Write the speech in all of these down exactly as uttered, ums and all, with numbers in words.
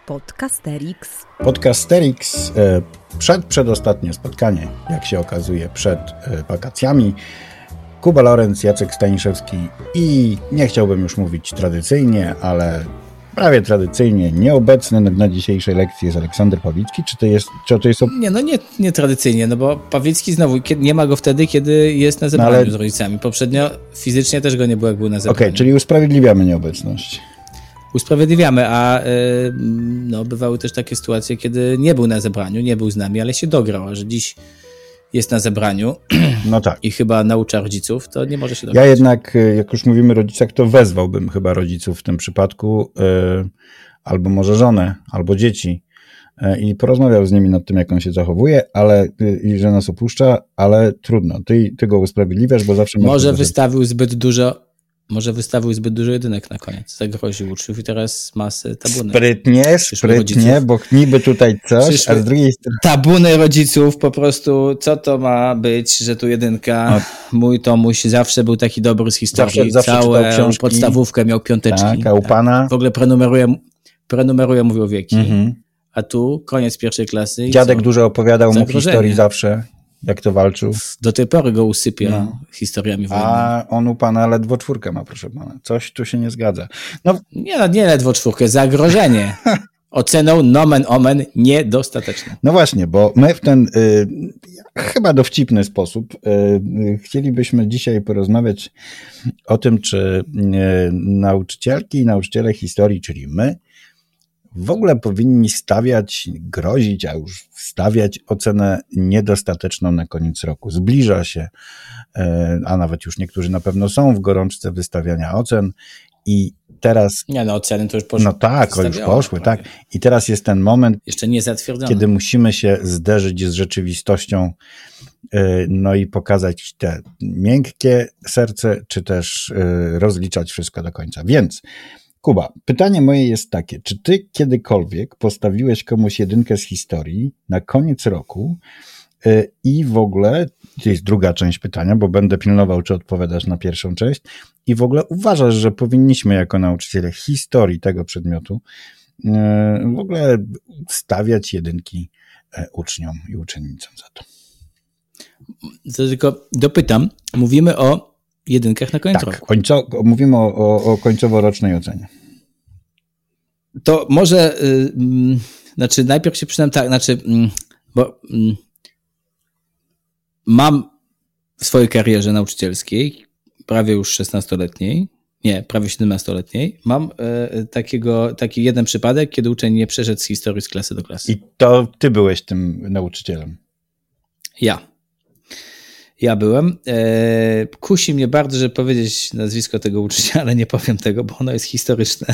Podcasterix. Podcasterix, przed, przedostatnie spotkanie, jak się okazuje, przed wakacjami. Kuba Lorenz, Jacek Staniszewski i nie chciałbym już mówić tradycyjnie, ale prawie tradycyjnie nieobecny na dzisiejszej lekcji jest Aleksander Pawlicki. Czy to jest... Czy to jest... Nie, no nie, nie tradycyjnie, no bo Pawlicki znowu nie ma go wtedy, kiedy jest na zebraniu no ale... z rodzicami. Poprzednio fizycznie też go nie było, jak był na zebraniu. Okej, okay, czyli usprawiedliwiamy nieobecność. Usprawiedliwiamy, a yy, no, bywały też takie sytuacje, kiedy nie był na zebraniu, nie był z nami, ale się dograł, a że dziś jest na zebraniu no tak. i chyba naucza rodziców, to nie może się dograć. Ja jednak, jak już mówimy o rodzicach, to wezwałbym chyba rodziców w tym przypadku, yy, albo może żonę, albo dzieci yy, i porozmawiał z nimi nad tym, jak on się zachowuje, ale yy, i że nas opuszcza, ale trudno. Ty, ty go usprawiedliwiasz, bo zawsze... Może wystawił zbyt dużo Może wystawił zbyt dużo jedynek na koniec. Zagroził uczniów i teraz masę tabuny. Sprytnie, sprytnie, bo niby tutaj coś, Przyszły a z drugiej strony... Tabuny rodziców po prostu, co to ma być, że tu jedynka. O. Mój Tomuś zawsze był taki dobry z historii. Zawsze, zawsze całą podstawówkę miał piąteczki. Tak, a u pana? W ogóle prenumeruje, prenumeruje mówił wieki. Mhm. A tu koniec pierwszej klasy. Dziadek dużo opowiadał mu historii zawsze. Jak to walczył? Do tej pory go usypia no. historiami wojennymi. A on u pana ledwo czwórkę ma, proszę pana. Coś tu się nie zgadza. No. Nie, no, nie ledwo czwórkę, zagrożenie. Oceną nomen omen niedostateczne. No właśnie, bo my w ten y, chyba dowcipny sposób y, chcielibyśmy dzisiaj porozmawiać o tym, czy y, nauczycielki i nauczyciele historii, czyli my, w ogóle powinni stawiać, grozić, a już stawiać ocenę niedostateczną na koniec roku. Zbliża się, a nawet już niektórzy na pewno są w gorączce wystawiania ocen i teraz... Nie, no oceny to już poszły. No tak, już poszły, prawie. tak. I teraz jest ten moment, jeszcze nie zatwierdzone, kiedy musimy się zderzyć z rzeczywistością, no i pokazać te miękkie serce, czy też rozliczać wszystko do końca. Więc Kuba, pytanie moje jest takie, czy ty kiedykolwiek postawiłeś komuś jedynkę z historii na koniec roku yy, i w ogóle, to jest druga część pytania, bo będę pilnował, czy odpowiadasz na pierwszą część, i w ogóle uważasz, że powinniśmy jako nauczyciele historii tego przedmiotu yy, w ogóle stawiać jedynki yy, uczniom i uczennicom za to? To tylko dopytam, mówimy o jedynkach na koniec tak, roku. Końco, mówimy o, o, o końcowo-rocznej ocenie. To może, yy, znaczy najpierw się przynam tak, znaczy, yy, bo yy, mam w swojej karierze nauczycielskiej, prawie już szesnastoletniej, nie, prawie siedemnastoletniej, mam yy, takiego, taki jeden przypadek, kiedy uczeń nie przeszedł z historii z klasy do klasy. I to ty byłeś tym nauczycielem? Ja. Ja byłem. E, kusi mnie bardzo, żeby powiedzieć nazwisko tego ucznia, ale nie powiem tego, bo ono jest historyczne.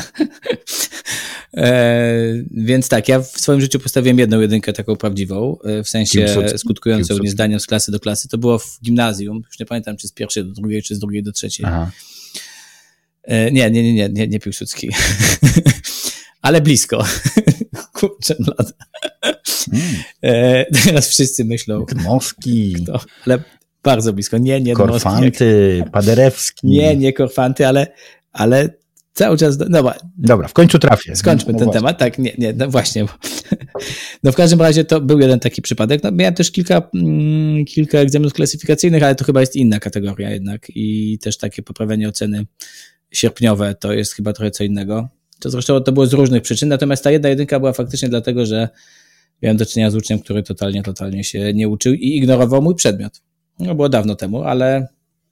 e, więc tak, ja w swoim życiu postawiłem jedną jedynkę taką prawdziwą, w sensie Kim skutkującą Kim niezdaniem z klasy do klasy. To było w gimnazjum. Już nie pamiętam, czy z pierwszej do drugiej, czy z drugiej do trzeciej. Aha. E, nie, nie, nie, nie, nie, nie Piłsudski. Ale blisko. Kurczę, blada. Mm. E, teraz wszyscy myślą. Dmowski. Kto? Ale bardzo blisko. Nie, nie Korfanty, Dmowski. Paderewski. Nie, nie Korfanty, ale, ale cały czas... Do... Dobra. Dobra, w końcu trafię. Skończmy no, ten no temat. Tak, nie, nie, no właśnie. No w każdym razie to był jeden taki przypadek. No, miałem też kilka, mm, kilka egzaminów klasyfikacyjnych, ale to chyba jest inna kategoria jednak i też takie poprawienie oceny sierpniowe to jest chyba trochę co innego. To zresztą to było z różnych przyczyn, natomiast ta jedna jedynka była faktycznie dlatego, że miałem do czynienia z uczniem, który totalnie, totalnie się nie uczył i ignorował mój przedmiot. No było dawno temu, ale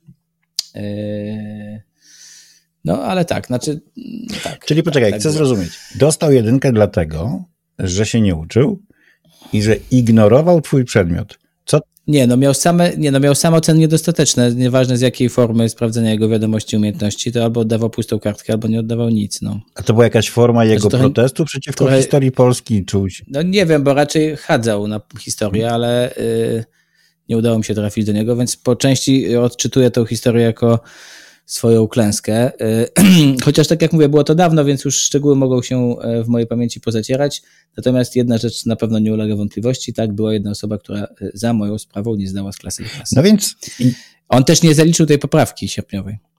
yy, no ale tak, znaczy tak. Czyli poczekaj, tak, chcę tak zrozumieć. Dostał jedynkę dlatego, że się nie uczył i że ignorował twój przedmiot. Co? Nie, no miał same, nie, no miał same oceny niedostateczne, nieważne z jakiej formy sprawdzenia jego wiadomości, umiejętności, to albo oddawał pustą kartkę, albo nie oddawał nic, no. A to była jakaś forma jego znaczy, trochę, protestu przeciwko trochę, historii Polski? Czuć? No nie wiem, bo raczej chadzał na historię, hmm. ale yy, nie udało mi się trafić do niego, więc po części odczytuję tą historię jako swoją klęskę. Chociaż tak jak mówię, było to dawno, więc już szczegóły mogą się w mojej pamięci pozacierać. Natomiast jedna rzecz na pewno nie ulega wątpliwości. Tak, była jedna osoba, która za moją sprawą nie zdała z klasy do klasy. No więc... On też nie zaliczył tej poprawki sierpniowej.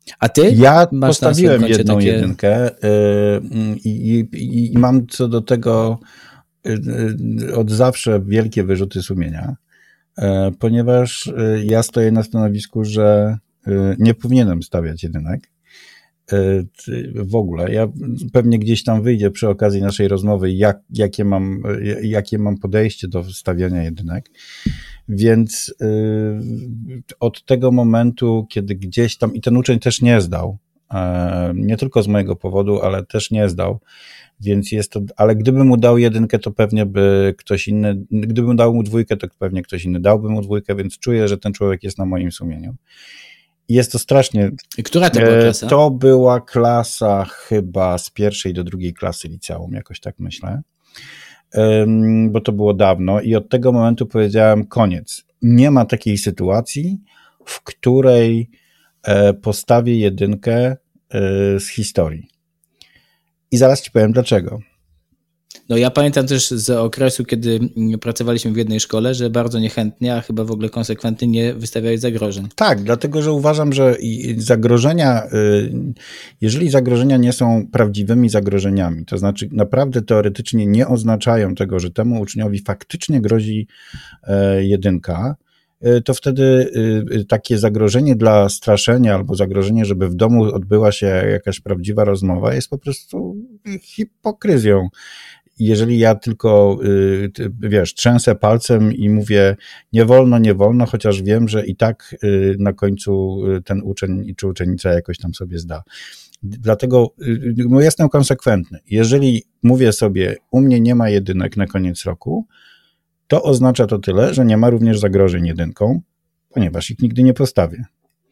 A ty? Ja postawiłem jedną takie... jedynkę i, i, i mam co do tego od zawsze wielkie wyrzuty sumienia, ponieważ ja stoję na stanowisku, że nie powinienem stawiać jedynek. W ogóle. Ja pewnie gdzieś tam wyjdzie przy okazji naszej rozmowy, jak, jakie, mam, jakie mam podejście do stawiania jedynek. Więc yy, od tego momentu, kiedy gdzieś tam, i ten uczeń też nie zdał, yy, nie tylko z mojego powodu, ale też nie zdał, więc jest to, ale gdybym mu dał jedynkę, to pewnie by ktoś inny, gdybym dał mu dwójkę, to pewnie ktoś inny dałby mu dwójkę, więc czuję, że ten człowiek jest na moim sumieniu. Jest to strasznie... I która to była klasa? To była klasa chyba z pierwszej do drugiej klasy liceum, jakoś tak myślę, bo to było dawno i od tego momentu powiedziałem koniec. Nie ma takiej sytuacji, w której postawię jedynkę z historii. I zaraz ci powiem dlaczego. No ja pamiętam też z okresu, kiedy pracowaliśmy w jednej szkole, że bardzo niechętnie, a chyba w ogóle konsekwentnie nie wystawiałeś zagrożeń. Tak, dlatego że uważam, że zagrożenia, jeżeli zagrożenia nie są prawdziwymi zagrożeniami, to znaczy naprawdę teoretycznie nie oznaczają tego, że temu uczniowi faktycznie grozi jedynka, to wtedy takie zagrożenie dla straszenia albo zagrożenie, żeby w domu odbyła się jakaś prawdziwa rozmowa, jest po prostu hipokryzją. Jeżeli ja tylko, wiesz, trzęsę palcem i mówię nie wolno, nie wolno, chociaż wiem, że i tak na końcu ten uczeń czy uczennica jakoś tam sobie zda. Dlatego no, jestem konsekwentny. Jeżeli mówię sobie, u mnie nie ma jedynek na koniec roku, to oznacza to tyle, że nie ma również zagrożeń jedynką, ponieważ ich nigdy nie postawię.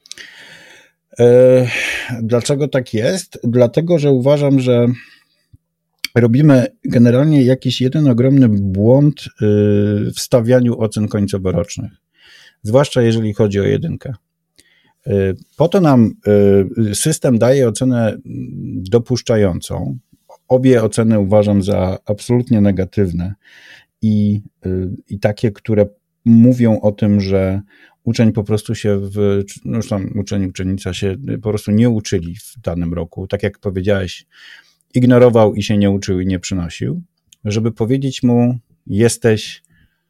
Dlaczego tak jest? Dlatego, że uważam, że robimy generalnie jakiś jeden ogromny błąd w stawianiu ocen końcoworocznych, zwłaszcza jeżeli chodzi o jedynkę. Po to nam system daje ocenę dopuszczającą. Obie oceny uważam za absolutnie negatywne i, i takie, które mówią o tym, że uczeń po prostu się, w, no już tam uczeń, uczennica się po prostu nie uczyli w danym roku. Tak jak powiedziałeś, ignorował i się nie uczył i nie przynosił, żeby powiedzieć mu, jesteś,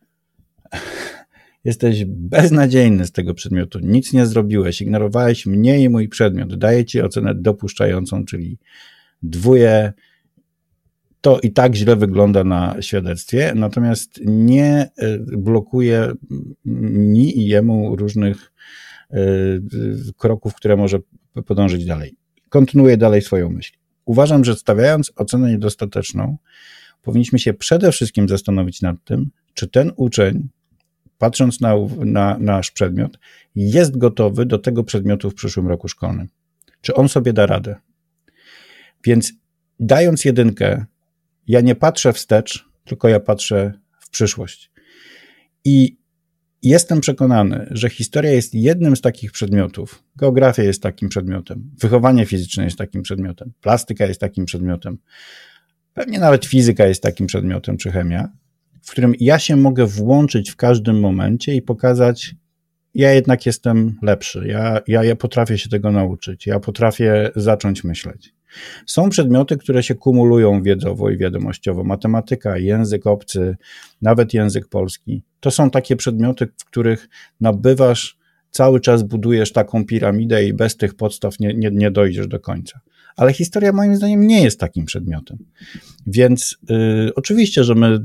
jesteś beznadziejny z tego przedmiotu, nic nie zrobiłeś, ignorowałeś mnie i mój przedmiot, daję ci ocenę dopuszczającą, czyli dwóje, to i tak źle wygląda na świadectwie, natomiast nie blokuje mi i jemu różnych kroków, które może podążyć dalej. Kontynuuję dalej swoją myśl. Uważam, że stawiając ocenę niedostateczną, powinniśmy się przede wszystkim zastanowić nad tym, czy ten uczeń, patrząc na, na nasz przedmiot, jest gotowy do tego przedmiotu w przyszłym roku szkolnym. Czy on sobie da radę. Więc dając jedynkę, ja nie patrzę wstecz, tylko ja patrzę w przyszłość. I jestem przekonany, że historia jest jednym z takich przedmiotów. Geografia jest takim przedmiotem, wychowanie fizyczne jest takim przedmiotem, plastyka jest takim przedmiotem, pewnie nawet fizyka jest takim przedmiotem, czy chemia, w którym ja się mogę włączyć w każdym momencie i pokazać, ja jednak jestem lepszy, ja, ja, ja potrafię się tego nauczyć, ja potrafię zacząć myśleć. Są przedmioty, które się kumulują wiedzowo i wiadomościowo. Matematyka, język obcy, nawet język polski. To są takie przedmioty, w których nabywasz, cały czas budujesz taką piramidę i bez tych podstaw nie, nie, nie dojdziesz do końca. Ale historia moim zdaniem nie jest takim przedmiotem. Więc y, oczywiście, że my y,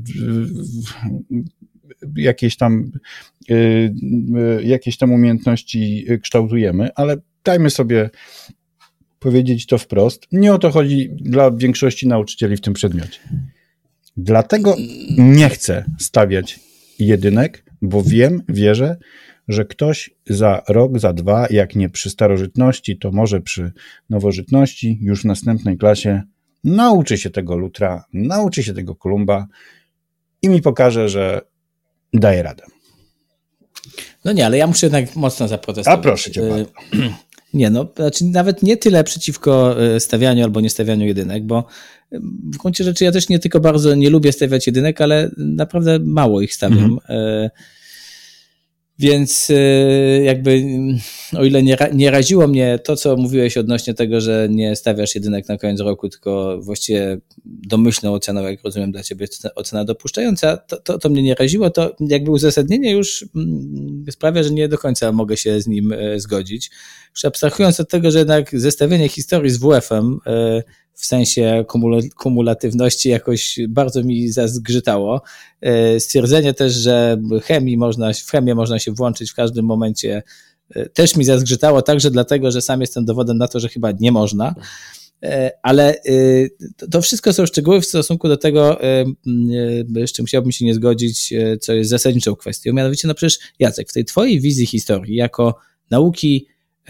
jakieś tam y, y, jakieś tam umiejętności kształtujemy, ale dajmy sobie powiedzieć to wprost. Nie o to chodzi dla większości nauczycieli w tym przedmiocie. Dlatego nie chcę stawiać jedynek, bo wiem, wierzę, że ktoś za rok, za dwa, jak nie przy starożytności, to może przy nowożytności, już w następnej klasie nauczy się tego Lutra, nauczy się tego Kolumba i mi pokaże, że daje radę. No nie, ale ja muszę jednak mocno zaprotestować. A proszę cię bardzo. Nie, no, znaczy nawet nie tyle przeciwko stawianiu albo nie stawianiu jedynek, bo w gruncie rzeczy ja też nie tylko bardzo nie lubię stawiać jedynek, ale naprawdę mało ich stawiam. Mhm. Więc jakby o ile nie, nie raziło mnie to, co mówiłeś odnośnie tego, że nie stawiasz jedynek na koniec roku, tylko właściwie domyślną oceną, jak rozumiem, dla ciebie ocena dopuszczająca, to, to, to mnie nie raziło, to jakby uzasadnienie już sprawia, że nie do końca mogę się z nim zgodzić. Już abstrahując od tego, że jednak zestawienie historii z W F-em w sensie kumulatywności jakoś bardzo mi zazgrzytało. Stwierdzenie też, że chemii można, w chemię można się włączyć w każdym momencie, też mi zazgrzytało, także dlatego, że sam jestem dowodem na to, że chyba nie można. Ale to wszystko są szczegóły w stosunku do tego, z czym chciałbym się nie zgodzić, co jest zasadniczą kwestią. Mianowicie, no przecież Jacek, w tej twojej wizji historii jako nauki,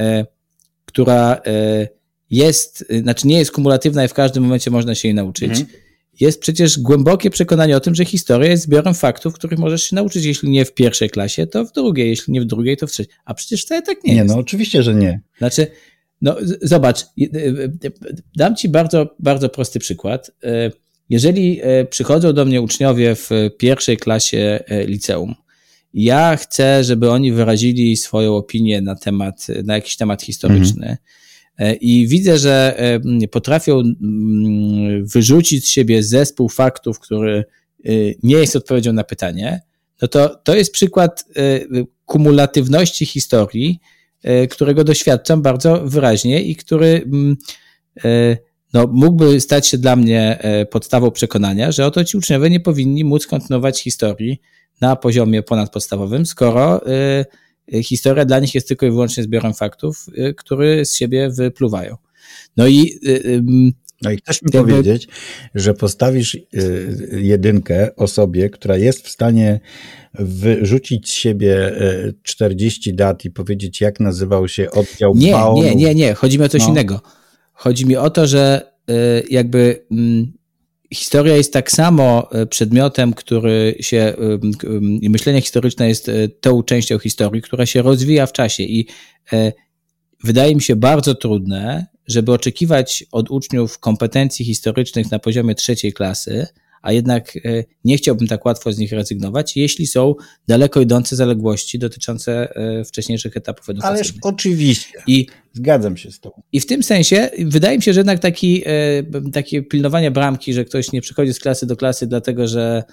która jest, znaczy nie jest kumulatywna i w każdym momencie można się jej nauczyć, mhm. jest przecież głębokie przekonanie o tym, że historia jest zbiorem faktów, których możesz się nauczyć, jeśli nie w pierwszej klasie, to w drugiej, jeśli nie w drugiej, to w trzeciej. A przecież wcale tak nie, nie jest. Nie, no oczywiście, że nie. Znaczy, no zobacz, dam ci bardzo, bardzo prosty przykład. Jeżeli przychodzą do mnie uczniowie w pierwszej klasie liceum, ja chcę, żeby oni wyrazili swoją opinię na temat, na jakiś temat historyczny, mhm. i widzę, że potrafią wyrzucić z siebie zespół faktów, który nie jest odpowiedzią na pytanie, no to to jest przykład kumulatywności historii, którego doświadczam bardzo wyraźnie i który no, mógłby stać się dla mnie podstawą przekonania, że oto ci uczniowie nie powinni móc kontynuować historii na poziomie ponadpodstawowym, skoro historia dla nich jest tylko i wyłącznie zbiorem faktów, które z siebie wypluwają. No i... No i chcesz mi jakby... powiedzieć, że postawisz jedynkę osobie, która jest w stanie wyrzucić z siebie czterdzieści dat i powiedzieć, jak nazywał się oddział Nie, Baonów. nie, nie, nie. Chodzi mi o coś no. innego. Chodzi mi o to, że jakby... Historia jest tak samo przedmiotem, który się, myślenie historyczne jest tą częścią historii, która się rozwija w czasie i wydaje mi się bardzo trudne, żeby oczekiwać od uczniów kompetencji historycznych na poziomie trzeciej klasy, a jednak nie chciałbym tak łatwo z nich rezygnować, jeśli są daleko idące zaległości dotyczące wcześniejszych etapów edukacyjnych. Ależ oczywiście, I, zgadzam się z tobą. I w tym sensie wydaje mi się, że jednak taki, takie pilnowanie bramki, że ktoś nie przychodzi z klasy do klasy dlatego, że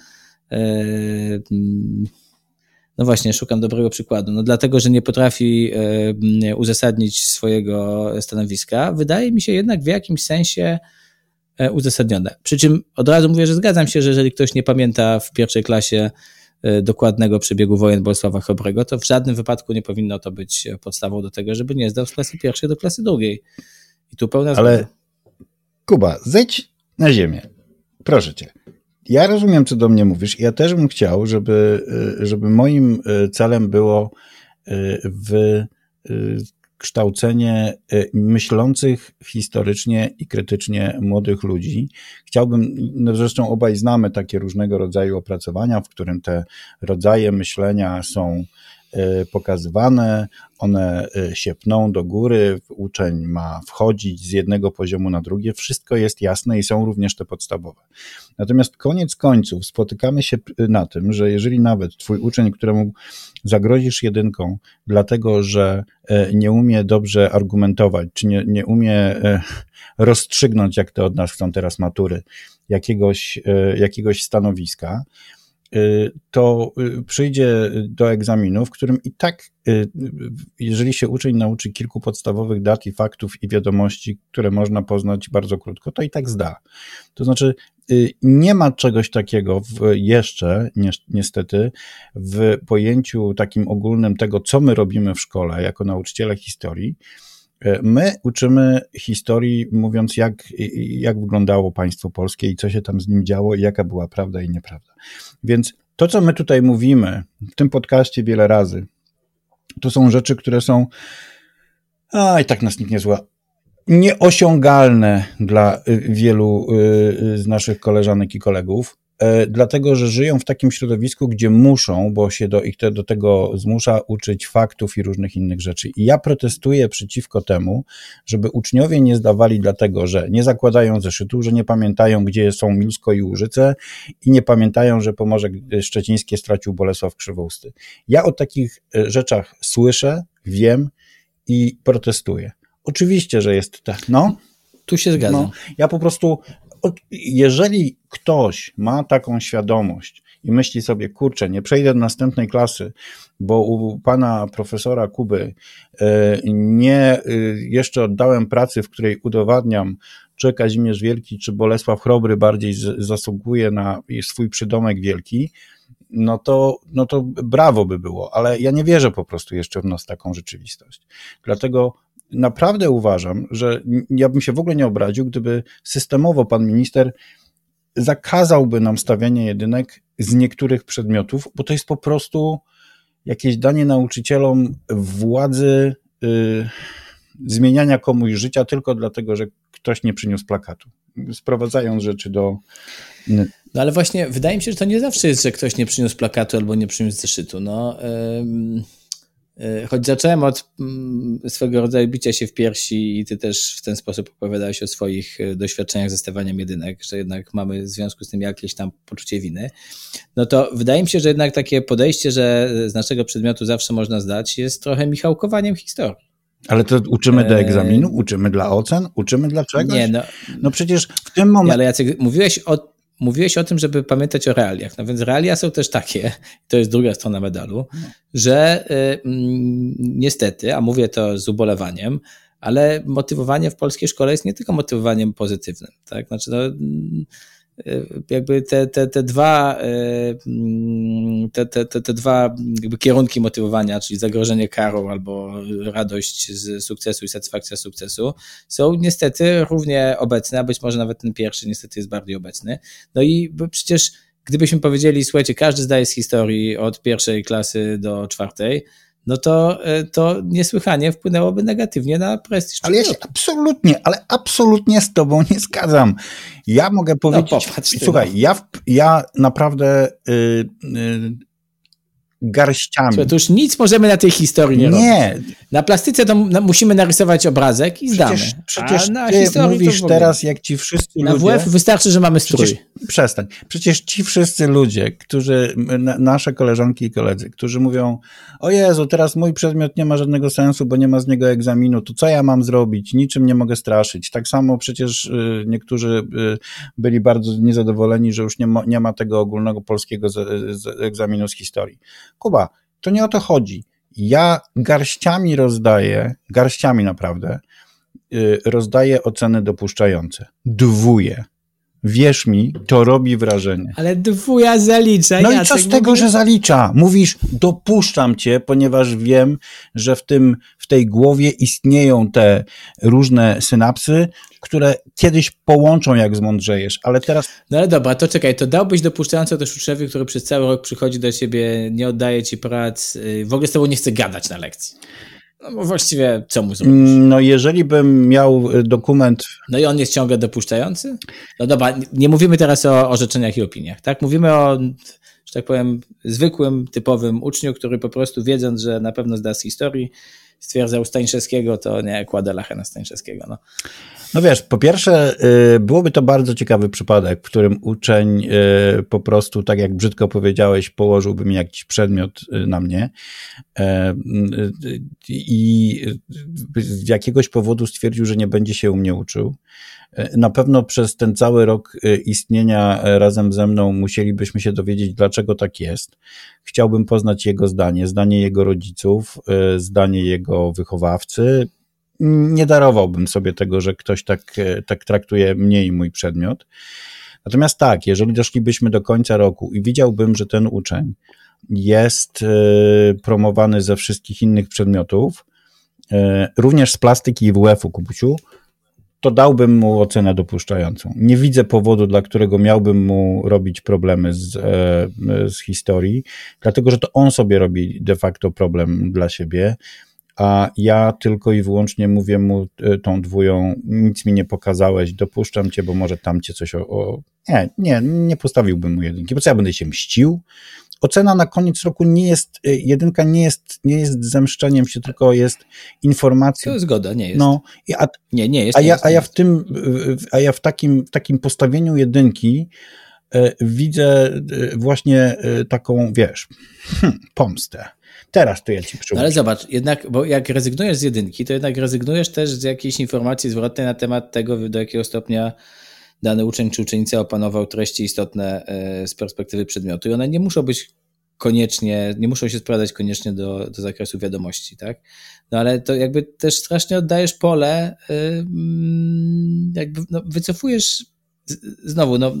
no właśnie, szukam dobrego przykładu, no dlatego, że nie potrafi uzasadnić swojego stanowiska, wydaje mi się jednak w jakimś sensie uzasadnione. Przy czym od razu mówię, że zgadzam się, że jeżeli ktoś nie pamięta w pierwszej klasie dokładnego przebiegu wojen Bolesława Chrobrego, to w żadnym wypadku nie powinno to być podstawą do tego, żeby nie zdał z klasy pierwszej do klasy drugiej. I tu pełna zgoda. Ale Kuba, zejdź na ziemię. Proszę cię. Ja rozumiem, co do mnie mówisz. Ja też bym chciał, żeby, żeby moim celem było w kształcenie myślących historycznie i krytycznie młodych ludzi. Chciałbym, no zresztą obaj znamy takie różnego rodzaju opracowania, w którym te rodzaje myślenia są pokazywane, one się pną do góry, uczeń ma wchodzić z jednego poziomu na drugie, wszystko jest jasne i są również te podstawowe. Natomiast koniec końców spotykamy się na tym, że jeżeli nawet twój uczeń, któremu zagrozisz jedynką, dlatego że nie umie dobrze argumentować, czy nie, nie umie rozstrzygnąć, jak to od nas chcą teraz matury, jakiegoś, jakiegoś stanowiska, to przyjdzie do egzaminu, w którym i tak, jeżeli się uczeń nauczy kilku podstawowych dat i faktów i wiadomości, które można poznać bardzo krótko, to i tak zda. To znaczy nie ma czegoś takiego w, jeszcze, niestety, w pojęciu takim ogólnym tego, co my robimy w szkole jako nauczyciele historii. My uczymy historii, mówiąc, jak, jak wyglądało państwo polskie i co się tam z nim działo i jaka była prawda i nieprawda. Więc to, co my tutaj mówimy w tym podcaście wiele razy, to są rzeczy, które są, a i tak nas nikt nie zła, nieosiągalne dla wielu z naszych koleżanek i kolegów. dlatego że żyją w takim środowisku, gdzie muszą, bo się do ich te, do tego zmusza uczyć faktów i różnych innych rzeczy. I ja protestuję przeciwko temu, żeby uczniowie nie zdawali dlatego, że nie zakładają zeszytu, że nie pamiętają, gdzie są Milsko i Łużyce i nie pamiętają, że Pomorze Szczecińskie stracił Bolesław Krzywousty. Ja o takich rzeczach słyszę, wiem i protestuję. Oczywiście, że jest tak. No, tu się zgadzam. No, ja po prostu, jeżeli ktoś ma taką świadomość i myśli sobie, kurczę, nie przejdę do następnej klasy, bo u pana profesora Kuby nie jeszcze oddałem pracy, w której udowadniam, czy Kazimierz Wielki, czy Bolesław Chrobry bardziej zasługuje na swój przydomek wielki, no to, no to brawo by było, ale ja nie wierzę po prostu jeszcze w nas taką rzeczywistość. Dlatego naprawdę uważam, że ja bym się w ogóle nie obraził, gdyby systemowo pan minister zakazałby nam stawiania jedynek z niektórych przedmiotów, bo to jest po prostu jakieś danie nauczycielom władzy yy, zmieniania komuś życia tylko dlatego, że ktoś nie przyniósł plakatu. Sprowadzając rzeczy do... No ale właśnie wydaje mi się, że to nie zawsze jest, że ktoś nie przyniósł plakatu albo nie przyniósł zeszytu. No, yy, choć zacząłem od yy, swego rodzaju bicia się w piersi i ty też w ten sposób opowiadałeś o swoich doświadczeniach ze stawianiem jedynek, że jednak mamy w związku z tym jakieś tam poczucie winy, no to wydaje mi się, że jednak takie podejście, że z naszego przedmiotu zawsze można zdać, jest trochę michałkowaniem historii. Ale to uczymy do egzaminu? Uczymy dla ocen? Uczymy dla czegoś? Nie, no, no przecież w tym momencie... Ale Jacek, mówiłeś o, mówiłeś o tym, żeby pamiętać o realiach. No więc realia są też takie, to jest druga strona medalu, no. że y, mm, niestety, a mówię to z ubolewaniem, ale motywowanie w polskiej szkole jest nie tylko motywowaniem pozytywnym. Tak? Znaczy, no, jakby te, te, te dwa, te, te, te, te dwa jakby kierunki motywowania, czyli zagrożenie karą albo radość z sukcesu i satysfakcja z sukcesu, są niestety równie obecne, a być może nawet ten pierwszy niestety jest bardziej obecny. No i przecież gdybyśmy powiedzieli, słuchajcie, każdy zdaje z historii od pierwszej klasy do czwartej, no to, to niesłychanie wpłynęłoby negatywnie na prestiż. Ale ja się absolutnie, ale absolutnie z tobą nie zgadzam. Ja mogę powiedzieć, no popatrz, słuchaj, no. ja, ja naprawdę yy, yy, garściami. Słuchaj, to już nic możemy na tej historii nie, nie. robić. Na plastyce to musimy narysować obrazek i zdamy. Przecież, przecież a na ty historii mówisz teraz, jak ci wszyscy na ludzie... Na W F wystarczy, że mamy strój. Przecież, przestań. Przecież ci wszyscy ludzie, którzy, nasze koleżanki i koledzy, którzy mówią, o Jezu, teraz mój przedmiot nie ma żadnego sensu, bo nie ma z niego egzaminu, to co ja mam zrobić? Niczym nie mogę straszyć. Tak samo przecież niektórzy byli bardzo niezadowoleni, że już nie ma, nie ma tego ogólnego polskiego z, z egzaminu z historii. Kuba, to nie o to chodzi. Ja garściami rozdaję, garściami naprawdę, yy, rozdaję oceny dopuszczające. Dwuję. Wierz mi, to robi wrażenie. Ale dwuja zalicza. No Jacek, i co z tego, mówisz... że zalicza? Mówisz, dopuszczam cię, ponieważ wiem, że w tym, w tej głowie istnieją te różne synapsy, które kiedyś połączą, jak zmądrzejesz, ale teraz... No ale dobra, to czekaj, to dałbyś dopuszczająco też uczniowi, który przez cały rok przychodzi do ciebie, nie oddaje ci prac, w ogóle z tobą nie chce gadać na lekcji. No bo właściwie co mu zrobisz? No jeżeli bym miał dokument... No i on jest ciągle dopuszczający? No dobra, nie mówimy teraz o orzeczeniach i opiniach, tak? Mówimy o, że tak powiem, zwykłym, typowym uczniu, który po prostu wiedząc, że na pewno zda z historii, stwierdzał Stańszewskiego, to nie, kładę lachę na Stańszewskiego, no. No wiesz, po pierwsze byłoby to bardzo ciekawy przypadek, w którym uczeń po prostu, tak jak brzydko powiedziałeś, położyłby mi jakiś przedmiot na mnie i z jakiegoś powodu stwierdził, że nie będzie się u mnie uczył. Na pewno przez ten cały rok istnienia razem ze mną musielibyśmy się dowiedzieć, dlaczego tak jest. Chciałbym poznać jego zdanie, zdanie jego rodziców, zdanie jego wychowawcy. Nie darowałbym sobie tego, że ktoś tak, tak traktuje mnie i mój przedmiot. Natomiast tak, jeżeli doszlibyśmy do końca roku i widziałbym, że ten uczeń jest promowany ze wszystkich innych przedmiotów, również z plastyki i W F-u, Kubusiu, to dałbym mu ocenę dopuszczającą. Nie widzę powodu, dla którego miałbym mu robić problemy z, z historii, dlatego że to on sobie robi de facto problem dla siebie. a ja tylko i wyłącznie mówię mu tą dwują, nic mi nie pokazałeś, dopuszczam cię, bo może tam cię coś o... o... Nie, nie, nie postawiłbym mu jedynki, bo co ja będę się mścił? Ocena na koniec roku nie jest, jedynka nie jest, nie jest zemszczeniem się, tylko jest informacją. To zgoda, nie jest. No, a, nie, nie jest. A nie ja, jest, a ja jest. w tym, a ja w takim, w takim postawieniu jedynki e, widzę e, właśnie e, taką, wiesz, hmm, pomstę. Teraz to ja ci przyłączę. No ale zobacz, jednak, bo jak rezygnujesz z jedynki, to jednak rezygnujesz też z jakiejś informacji zwrotnej na temat tego, do jakiego stopnia dany uczeń czy uczennica opanował treści istotne z perspektywy przedmiotu i one nie muszą być koniecznie, nie muszą się sprowadzać koniecznie do, do zakresu wiadomości, tak? No ale to jakby też strasznie oddajesz pole, jakby no, wycofujesz znowu, no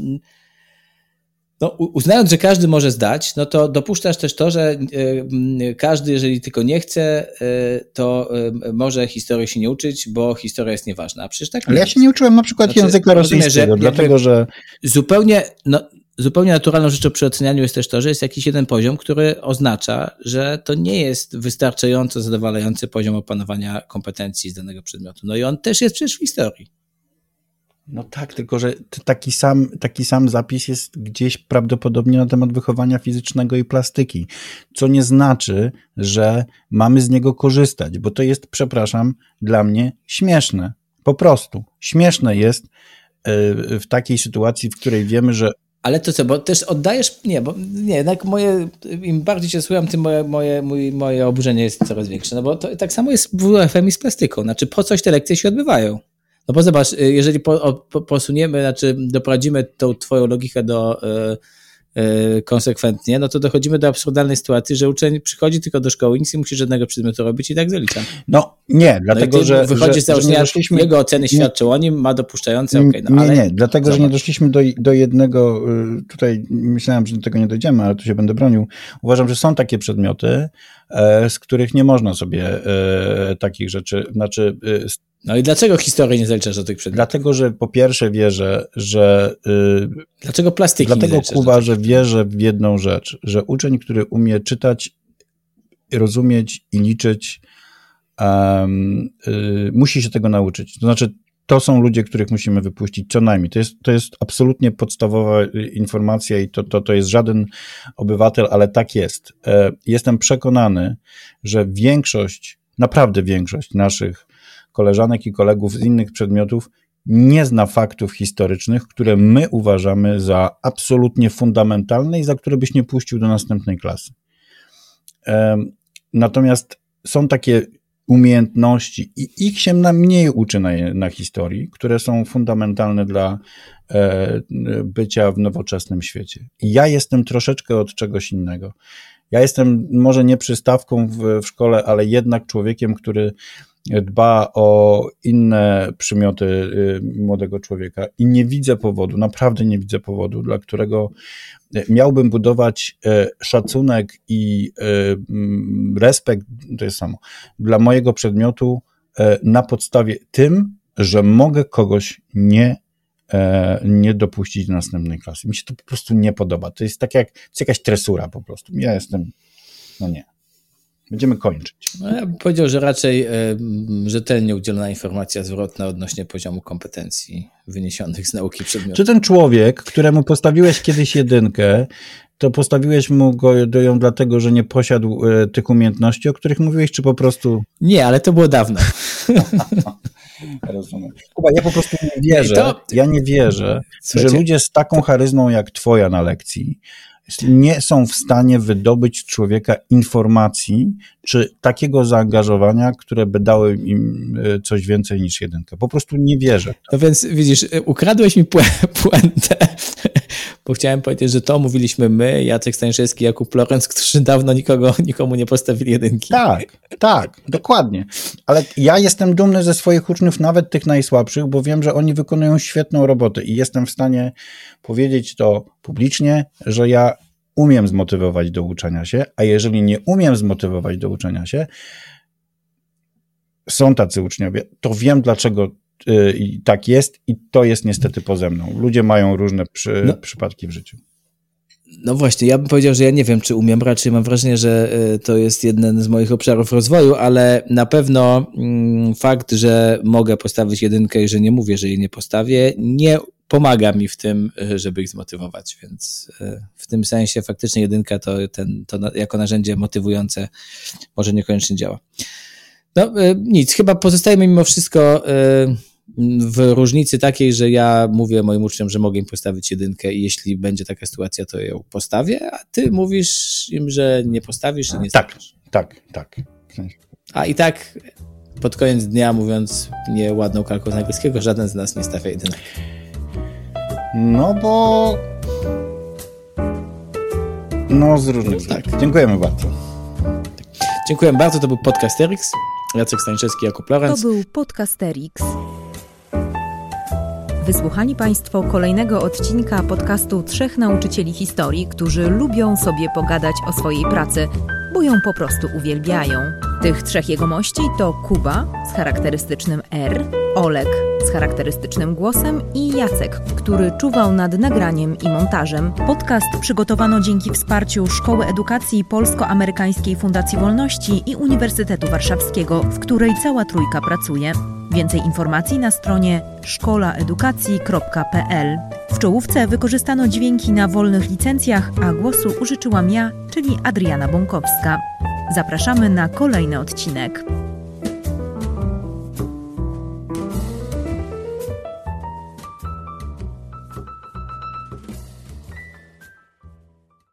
No, uznając, że każdy może zdać, no to dopuszczasz też to, że y, każdy, jeżeli tylko nie chce, y, to y, może historii się nie uczyć, bo historia jest nieważna. A przecież tak Ale nie ja jest. się nie uczyłem na przykład Znaczy, języka rozumiem, rosyjskiego, że dlatego że... Zupełnie, no, zupełnie naturalną rzeczą przy ocenianiu jest też to, że jest jakiś jeden poziom, który oznacza, że to nie jest wystarczająco zadowalający poziom opanowania kompetencji z danego przedmiotu. No i on też jest przecież w historii. No tak, tylko że taki sam, taki sam zapis jest gdzieś prawdopodobnie na temat wychowania fizycznego i plastyki, co nie znaczy, że mamy z niego korzystać, bo to jest, przepraszam, dla mnie śmieszne. Po prostu. Śmieszne jest w takiej sytuacji, w której wiemy, że... Ale to co, bo też oddajesz, nie, bo nie, jednak moje, im bardziej się słucham, tym moje, moje, moje, moje oburzenie jest coraz większe, no bo to tak samo jest w W F M i z plastyką, znaczy po coś te lekcje się odbywają. No bo zobacz, jeżeli po, po, posuniemy, znaczy doprowadzimy tą twoją logikę do y, y, konsekwentnie, no to dochodzimy do absurdalnej sytuacji, że uczeń przychodzi tylko do szkoły, nic nie musi żadnego przedmiotu robić i tak zalicza. No nie, dlatego, no że... Wychodzi że, z założenia, że doszliśmy, jego oceny świadczą o nim, ma dopuszczające, okej, okay, no nie, ale... Nie, dlatego, zobacz. że nie doszliśmy do, do jednego, tutaj myślałem, że do tego nie dojdziemy, ale tu się będę bronił. Uważam, że są takie przedmioty, z których nie można sobie takich rzeczy, znaczy... No i dlaczego historii nie zaliczasz do tych przedmiotów? Dlatego, że po pierwsze wierzę, że... Dlaczego plastyki Dlatego, nie zaliczasz? Kuba, że wierzę w jedną rzecz, że uczeń, który umie czytać, rozumieć i liczyć, um, y, musi się tego nauczyć. To znaczy, to są ludzie, których musimy wypuścić co najmniej. To jest, to jest absolutnie podstawowa informacja i to, to, to jest żaden obywatel, ale tak jest. Jestem przekonany, że większość, naprawdę większość naszych koleżanek i kolegów z innych przedmiotów nie zna faktów historycznych, które my uważamy za absolutnie fundamentalne i za które byś nie puścił do następnej klasy. Natomiast są takie umiejętności i ich się na mniej uczy na, na historii, które są fundamentalne dla e, bycia w nowoczesnym świecie. I ja jestem troszeczkę od czegoś innego. Ja jestem może nie przystawką w, w szkole, ale jednak człowiekiem, który dba o inne przymioty y, młodego człowieka i nie widzę powodu, naprawdę nie widzę powodu, dla którego miałbym budować y, szacunek i y, respekt, to jest samo, dla mojego przedmiotu y, na podstawie tym, że mogę kogoś nie, y, nie dopuścić do następnej klasy. Mi się to po prostu nie podoba. To jest tak jak, to jest jakaś tresura po prostu. Ja jestem, no nie. Będziemy kończyć. No ja bym powiedział, że raczej y, rzetelnie udzielona informacja zwrotna odnośnie poziomu kompetencji wyniesionych z nauki przedmiotu. Czy ten człowiek, któremu postawiłeś kiedyś jedynkę, to postawiłeś mu go do ją dlatego, że nie posiadł y, tych umiejętności, o których mówiłeś, czy po prostu... Nie, ale to było dawno. Rozumiem. Kuba, ja po prostu nie wierzę, to... ja nie wierzę, Słuchajcie, że ludzie z taką charyzmą jak twoja na lekcji nie są w stanie wydobyć z człowieka informacji, czy takiego zaangażowania, które by dały im coś więcej niż jedynkę. Po prostu nie wierzę. No więc widzisz, ukradłeś mi puentę, bo chciałem powiedzieć, że to mówiliśmy my, Jacek Stańszewski, Jakub Lorenz, którzy dawno nikogo, nikomu nie postawili jedynki. Tak, tak, dokładnie. Ale ja jestem dumny ze swoich uczniów, nawet tych najsłabszych, bo wiem, że oni wykonują świetną robotę i jestem w stanie powiedzieć to publicznie, że ja umiem zmotywować do uczenia się, a jeżeli nie umiem zmotywować do uczenia się, są tacy uczniowie, to wiem, dlaczego yy, tak jest i to jest niestety poze mną. Ludzie mają różne przy, no. przypadki w życiu. No właśnie, ja bym powiedział, że ja nie wiem, czy umiem, raczej mam wrażenie, że to jest jeden z moich obszarów rozwoju, ale na pewno fakt, że mogę postawić jedynkę i że nie mówię, że jej nie postawię, nie pomaga mi w tym, żeby ich zmotywować, więc w tym sensie faktycznie jedynka to, ten, to jako narzędzie motywujące może niekoniecznie działa. No nic, chyba pozostajemy mimo wszystko w różnicy takiej, że ja mówię moim uczniom, że mogę im postawić jedynkę i jeśli będzie taka sytuacja, to ją postawię, a ty mówisz im, że nie postawisz i nie Tak, stawisz. tak, tak. A i tak pod koniec dnia, mówiąc nieładną kalką z angielskiego, żaden z nas nie stawia jedynek. No bo... No z różnych względów. Tak. Dziękujemy bardzo. Dziękuję bardzo, to był Podcasterix. Jacek Stańczewski, Jakub Lorenz. To był Podcasterix. Wysłuchali Państwo kolejnego odcinka podcastu Trzech Nauczycieli Historii, którzy lubią sobie pogadać o swojej pracy, bo ją po prostu uwielbiają. Tych trzech jegomości to Kuba z charakterystycznym R, Olek z charakterystycznym głosem i Jacek, który czuwał nad nagraniem i montażem. Podcast przygotowano dzięki wsparciu Szkoły Edukacji Polsko-Amerykańskiej Fundacji Wolności i Uniwersytetu Warszawskiego, w której cała trójka pracuje. Więcej informacji na stronie szkoła edukacji kropka p l. W czołówce wykorzystano dźwięki na wolnych licencjach, a głosu użyczyłam ja, czyli Adriana Bąkowska. Zapraszamy na kolejny odcinek.